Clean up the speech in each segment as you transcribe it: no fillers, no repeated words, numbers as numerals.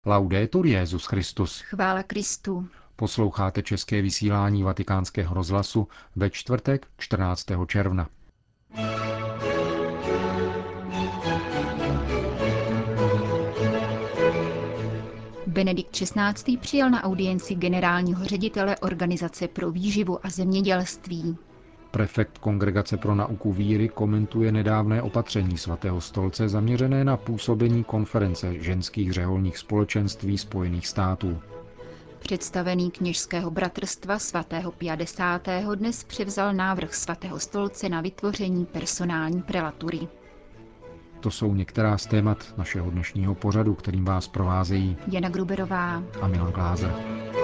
Laudetur Jesus Christus. Chvála Kristu. Posloucháte české vysílání Vatikánského rozhlasu ve čtvrtek 14. června. Benedikt XVI. Přijal na audienci generálního ředitele Organizace pro výživu a zemědělství. Prefekt Kongregace pro nauku víry komentuje nedávné opatření Svatého stolce zaměřené na působení konference ženských řeholních společenství Spojených států. Představený kněžského bratrstva svatého 50. dnes převzal návrh Svatého stolce na vytvoření personální prelatury. To jsou některá z témat našeho dnešního pořadu, kterým vás provázejí Jana Gruberová a Milan Glázer.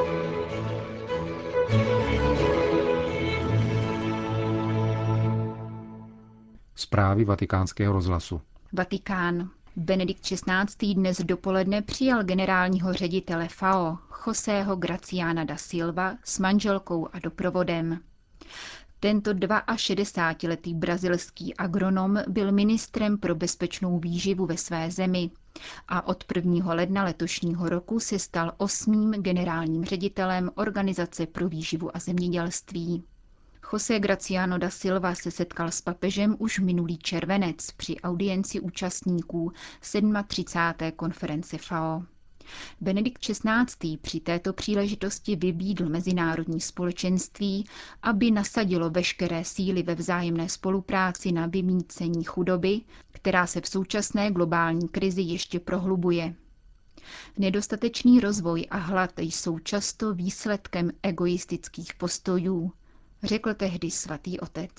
Zprávy Vatikánského rozhlasu. Vatikán. Benedikt XVI. Dnes dopoledne přijal generálního ředitele FAO Joseho Graciana da Silva s manželkou a doprovodem. Tento 62letý brazilský agronom byl ministrem pro bezpečnou výživu ve své zemi a od 1. ledna letošního roku se stal 8. generálním ředitelem Organizace pro výživu a zemědělství. José Graciano da Silva se setkal s papežem už minulý červenec při audienci účastníků 37. konference FAO. Benedikt XVI. Při této příležitosti vybídl mezinárodní společenství, aby nasadilo veškeré síly ve vzájemné spolupráci na vymýcení chudoby, která se v současné globální krizi ještě prohlubuje. Nedostatečný rozvoj a hlad jsou často výsledkem egoistických postojů, řekl tehdy svatý otec.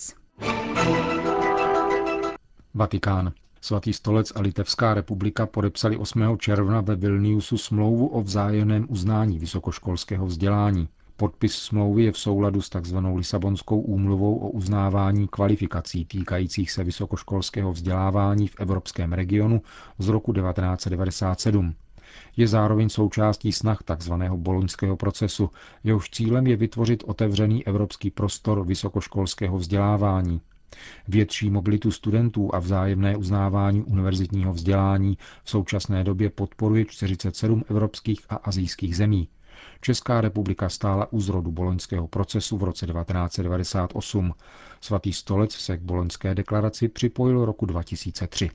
Vatikán. Svatý stolec a Litevská republika podepsali 8. června ve Vilniusu smlouvu o vzájemném uznání vysokoškolského vzdělání. Podpis smlouvy je v souladu s tzv. Lisabonskou úmluvou o uznávání kvalifikací týkajících se vysokoškolského vzdělávání v evropském regionu z roku 1997. Je zároveň součástí snah tzv. Boloňského procesu, jehož cílem je vytvořit otevřený evropský prostor vysokoškolského vzdělávání. Větší mobilitu studentů a vzájemné uznávání univerzitního vzdělání v současné době podporuje 47 evropských a asijských zemí. Česká republika stála u zrodu boloňského procesu v roce 1998. Svatý stolec se k boloňské deklaraci připojil roku 2003.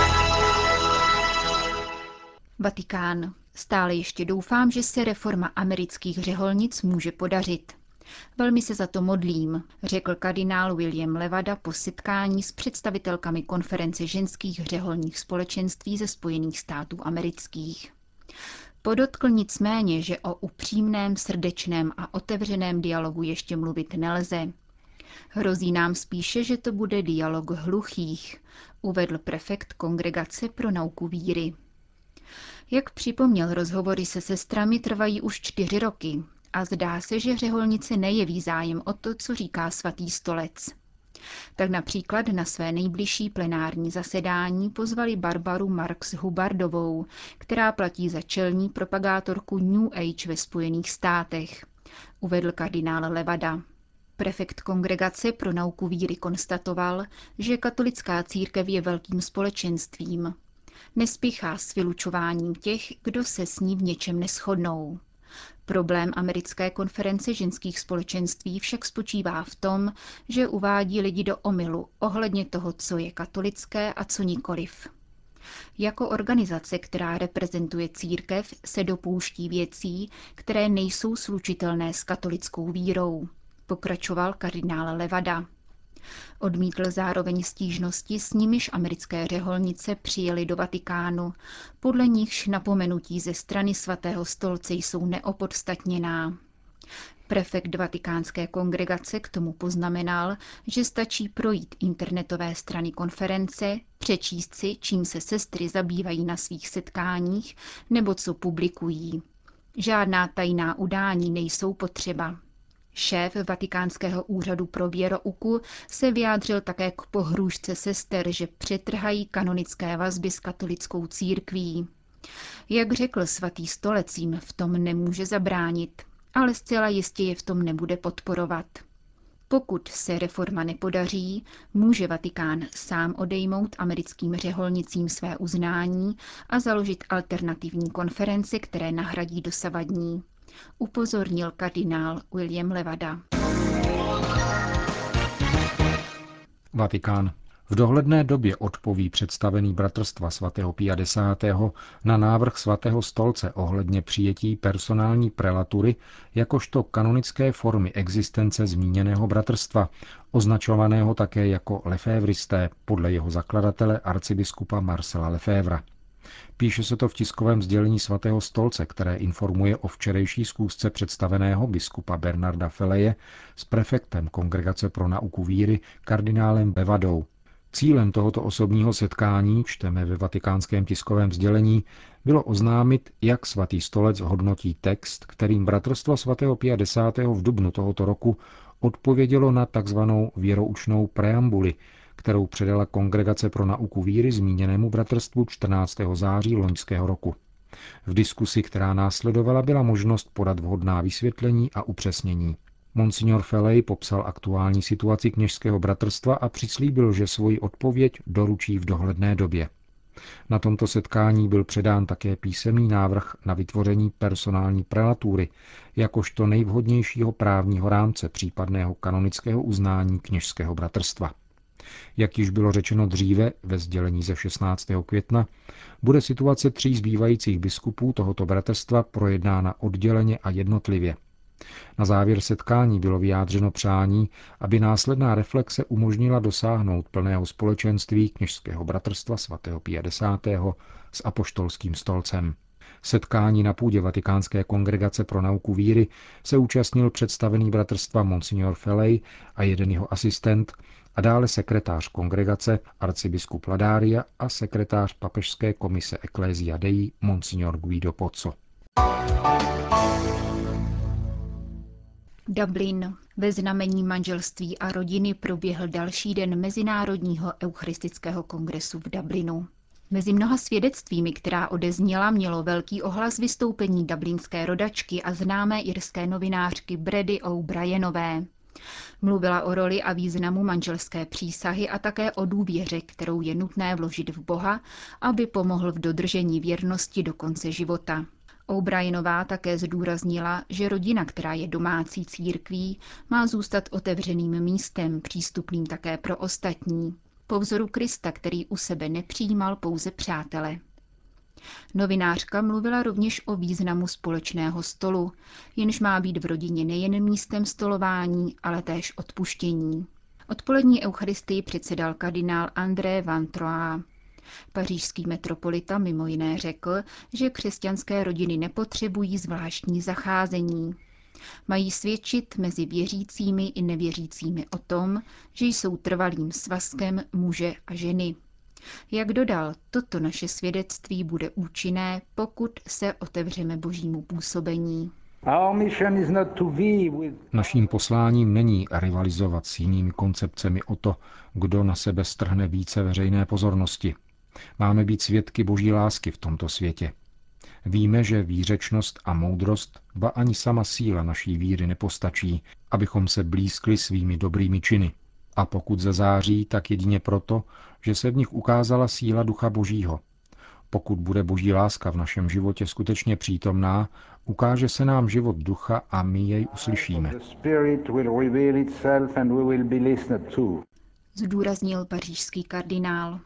Vatikán. Stále ještě doufám, že se reforma amerických řeholnic může podařit. Velmi se za to modlím, řekl kardinál William Levada po setkání s představitelkami konference ženských řeholních společenství ze Spojených států amerických. Podotkl nicméně, že o upřímném, srdečném a otevřeném dialogu ještě mluvit nelze. Hrozí nám spíše, že to bude dialog hluchých, uvedl prefekt Kongregace pro nauku víry. Jak připomněl, rozhovory se sestrami trvají už 4 roky a zdá se, že řeholnice nejeví zájem o to, co říká svatý stolec. Tak například na své nejbližší plenární zasedání pozvali Barbaru Marx Hubbardovou, která platí za čelní propagátorku New Age ve Spojených státech, uvedl kardinál Levada. Prefekt Kongregace pro nauku víry konstatoval, že katolická církev je velkým společenstvím. Nespěchá s vylučováním těch, kdo se s ní v něčem neshodnou. Problém americké konference ženských společenství však spočívá v tom, že uvádí lidi do omylu ohledně toho, co je katolické a co nikoliv. Jako organizace, která reprezentuje církev, se dopouští věcí, které nejsou slučitelné s katolickou vírou, pokračoval kardinál Levada. Odmítl zároveň stížnosti, s nimiž americké řeholnice přijeli do Vatikánu, podle nichž napomenutí ze strany svatého stolce jsou neopodstatněná. Prefekt vatikánské kongregace k tomu poznamenal, že stačí projít internetové strany konference, přečíst si, čím se sestry zabývají na svých setkáních nebo co publikují. Žádná tajná udání nejsou potřeba. Šéf Vatikánského úřadu pro věrouku se vyjádřil také k pohrůžce sester, že přetrhají kanonické vazby s katolickou církví. Jak řekl svatý stolec, jim v tom nemůže zabránit, ale zcela jistě je v tom nebude podporovat. Pokud se reforma nepodaří, může Vatikán sám odejmout americkým řeholnicím své uznání a založit alternativní konference, které nahradí dosavadní, upozornil kardinál William Levada. Vatikán. V dohledné době odpoví představený Bratrstva svatého Pia X. na návrh svatého stolce ohledně přijetí personální prelatury jakožto kanonické formy existence zmíněného bratrstva, označovaného také jako lefévristé podle jeho zakladatele arcibiskupa Marcela Lefevra. Píše se to v tiskovém sdělení svatého stolce, které informuje o včerejší schůzce představeného biskupa Bernarda Feleje s prefektem Kongregace pro nauku víry kardinálem Levadou. Cílem tohoto osobního setkání, čteme ve vatikánském tiskovém sdělení, bylo oznámit, jak svatý stolec hodnotí text, kterým Bratrstvo svatého Pia X. v dubnu tohoto roku odpovědělo na tzv. Věroučnou preambuli, kterou předala Kongregace pro nauku víry zmíněnému bratrstvu 14. září loňského roku. V diskusi, která následovala, byla možnost podat vhodná vysvětlení a upřesnění. Monsignor Felej popsal aktuální situaci kněžského bratrstva a přislíbil, že svoji odpověď doručí v dohledné době. Na tomto setkání byl předán také písemný návrh na vytvoření personální prelatury, jakožto nejvhodnějšího právního rámce případného kanonického uznání kněžského bratrstva. Jak již bylo řečeno dříve ve sdělení ze 16. května, bude situace 3 zbývajících biskupů tohoto bratrstva projednána odděleně a jednotlivě. Na závěr setkání bylo vyjádřeno přání, aby následná reflexe umožnila dosáhnout plného společenství kněžského bratrstva svatého Pia X. s apoštolským stolcem. Setkání na půdě Vatikánské kongregace pro nauku víry se účastnil představený bratrstva Monsignor Felej a jeden jeho asistent a dále sekretář kongregace arcibiskup Ladária a sekretář papežské komise Ecclesia Dei Monsignor Guido Pozzo. Dublin. Ve znamení manželství a rodiny proběhl další den Mezinárodního eucharistického kongresu v Dublinu. Mezi mnoha svědectvími, která odezněla, mělo velký ohlas vystoupení dublinské rodačky a známé irské novinářky Brady O'Brienové. Mluvila o roli a významu manželské přísahy a také o důvěře, kterou je nutné vložit v Boha, aby pomohl v dodržení věrnosti do konce života. O'Brienová také zdůraznila, že rodina, která je domácí církví, má zůstat otevřeným místem, přístupným také pro ostatní, po vzoru Krista, který u sebe nepřijímal pouze přátele. Novinářka mluvila rovněž o významu společného stolu, jenž má být v rodině nejen místem stolování, ale též odpuštění. Odpolední eucharistii předsedal kardinál André Van Troyes. Pařížský metropolita mimo jiné řekl, že křesťanské rodiny nepotřebují zvláštní zacházení. Mají svědčit mezi věřícími i nevěřícími o tom, že jsou trvalým svazkem muže a ženy. Jak dodal, toto naše svědectví bude účinné, pokud se otevřeme Božímu působení. Naším posláním není rivalizovat s jinými koncepcemi o to, kdo na sebe strhne více veřejné pozornosti. Máme být svědky Boží lásky v tomto světě. Víme, že výřečnost a moudrost, ba ani sama síla naší víry nepostačí, abychom se blízkli svými dobrými činy. A pokud zazáří, tak jedině proto, že se v nich ukázala síla Ducha Božího. Pokud bude Boží láska v našem životě skutečně přítomná, ukáže se nám život Ducha a my jej uslyšíme. Zdůraznil pařížský kardinál.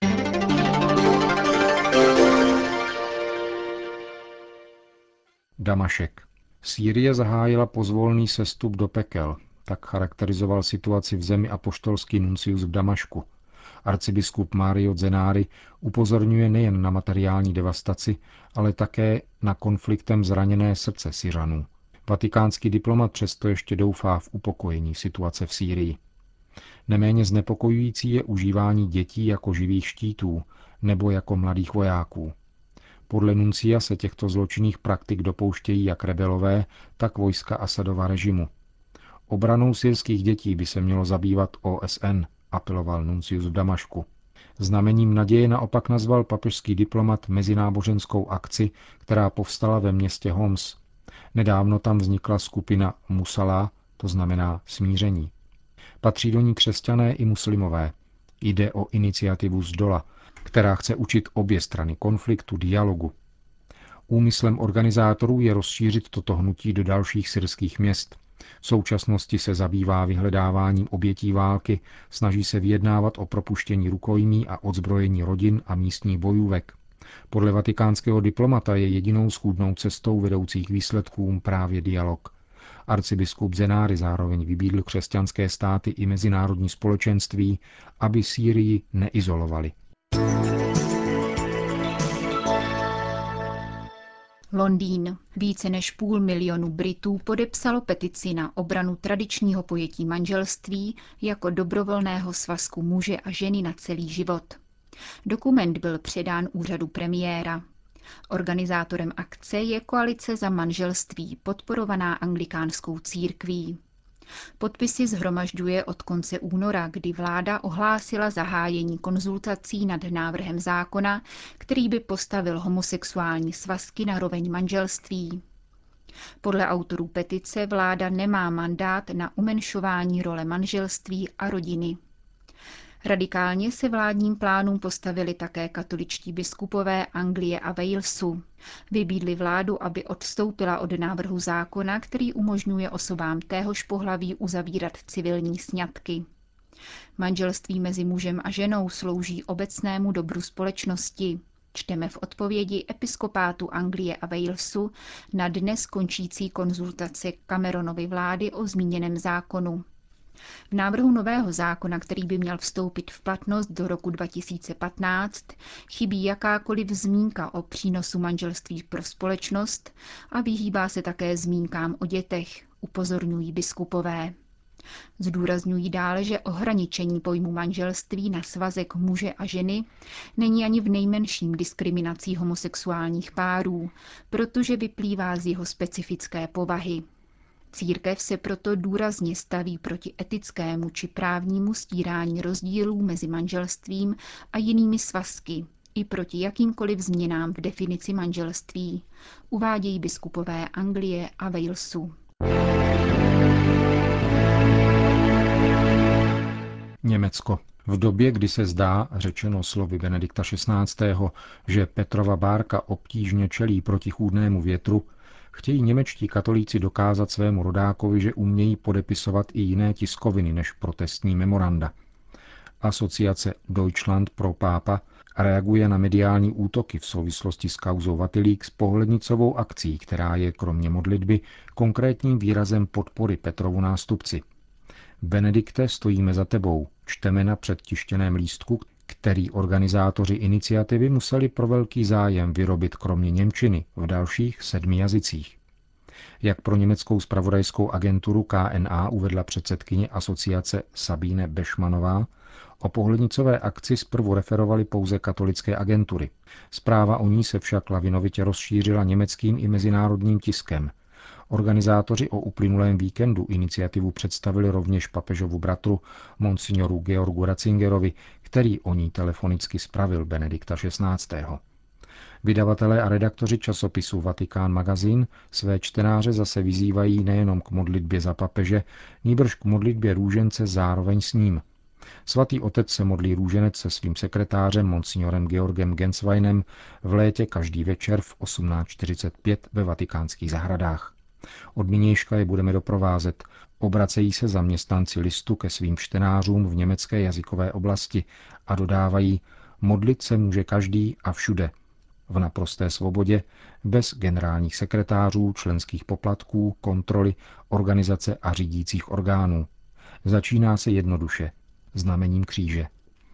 Damašek. Sýrie zahájila pozvolný sestup do pekel, tak charakterizoval situaci v zemi apoštolský nuncius v Damašku. Arcibiskup Mario Zenari upozorňuje nejen na materiální devastaci, ale také na konfliktem zraněné srdce Syřanů. Vatikánský diplomat přesto ještě doufá v upokojení situace v Sýrii. Neméně znepokojující je užívání dětí jako živých štítů nebo jako mladých vojáků. Podle nuncia se těchto zločinných praktik dopouštějí jak rebelové, tak vojska Asadova režimu. Obranou syrských dětí by se mělo zabývat OSN, apeloval nuncius v Damašku. Znamením naděje naopak nazval papežský diplomat mezináboženskou akci, která povstala ve městě Homs. Nedávno tam vznikla skupina Musala, to znamená smíření. Patří do ní křesťané i muslimové. Jde o iniciativu zdola, která chce učit obě strany konfliktu dialogu. Úmyslem organizátorů je rozšířit toto hnutí do dalších syrských měst. V současnosti se zabývá vyhledáváním obětí války, snaží se vyjednávat o propuštění rukojmí a odzbrojení rodin a místních bojůvek. Podle vatikánského diplomata je jedinou schůdnou cestou vedoucí k výsledkům právě dialog. Arcibiskup Zenári zároveň vybídl křesťanské státy i mezinárodní společenství, aby Sýrii neizolovali. Londýn. Více než 500 000 Britů podepsalo petici na obranu tradičního pojetí manželství jako dobrovolného svazku muže a ženy na celý život. Dokument byl předán úřadu premiéra. Organizátorem akce je Koalice za manželství, podporovaná anglikánskou církví. Podpisy shromažďuje od konce února, kdy vláda ohlásila zahájení konzultací nad návrhem zákona, který by postavil homosexuální svazky na roveň manželství. Podle autorů petice vláda nemá mandát na umenšování role manželství a rodiny. Radikálně se vládním plánům postavili také katoličtí biskupové Anglie a Walesu. Vybídli vládu, aby odstoupila od návrhu zákona, který umožňuje osobám téhož pohlaví uzavírat civilní sňatky. Manželství mezi mužem a ženou slouží obecnému dobru společnosti. Čteme v odpovědi episkopátu Anglie a Walesu na dnes končící konzultace Cameronovy vlády o zmíněném zákonu. V návrhu nového zákona, který by měl vstoupit v platnost do roku 2015, chybí jakákoliv zmínka o přínosu manželství pro společnost a vyhýbá se také zmínkám o dětech, upozorňují biskupové. Zdůrazňují dále, že ohraničení pojmu manželství na svazek muže a ženy není ani v nejmenším diskriminací homosexuálních párů, protože vyplývá z jeho specifické povahy. Církev se proto důrazně staví proti etickému či právnímu stírání rozdílů mezi manželstvím a jinými svazky i proti jakýmkoliv změnám v definici manželství, uvádějí biskupové Anglie a Walesu. Německo. V době, kdy se zdá, řečeno slovy Benedikta XVI., že Petrova bárka obtížně čelí protichůdnému větru, chtějí němečtí katolíci dokázat svému rodákovi, že umějí podepisovat i jiné tiskoviny než protestní memoranda. Asociace Deutschland pro pápa reaguje na mediální útoky v souvislosti s kauzou Wikileaks pohlednicovou akcí, která je kromě modlitby konkrétním výrazem podpory Petrovu nástupci. Benedikte, stojíme za tebou, čteme na předtištěném lístku, který organizátoři iniciativy museli pro velký zájem vyrobit kromě němčiny v dalších 7 jazycích. Jak pro německou zpravodajskou agenturu KNA uvedla předsedkyně asociace Sabine Bešmanová, o pohlednicové akci zprvu referovaly pouze katolické agentury. Zpráva o ní se však lavinovitě rozšířila německým i mezinárodním tiskem. Organizátoři o uplynulém víkendu iniciativu představili rovněž papežovu bratru monsignoru Georgu Ratzingerovi, který o ní telefonicky spravil Benedikta XVI. Vydavatelé a redaktoři časopisu Vatikán magazín své čtenáře zase vyzývají nejenom k modlitbě za papeže, nýbrž k modlitbě růžence zároveň s ním. Svatý otec se modlí růženec se svým sekretářem monsignorem Georgem Gensweinem v létě každý večer v 18:45 ve vatikánských zahradách. Od nynějška je budeme doprovázet. Obracejí se zaměstnanci listu ke svým čtenářům v německé jazykové oblasti a dodávají, modlit se může každý a všude. V naprosté svobodě, bez generálních sekretářů, členských poplatků, kontroly, organizace a řídících orgánů. Začíná se jednoduše, znamením kříže.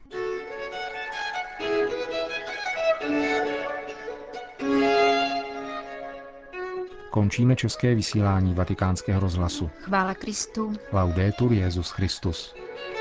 Končíme české vysílání Vatikánského rozhlasu. Chvála Kristu. Laudetur Jesus Christus.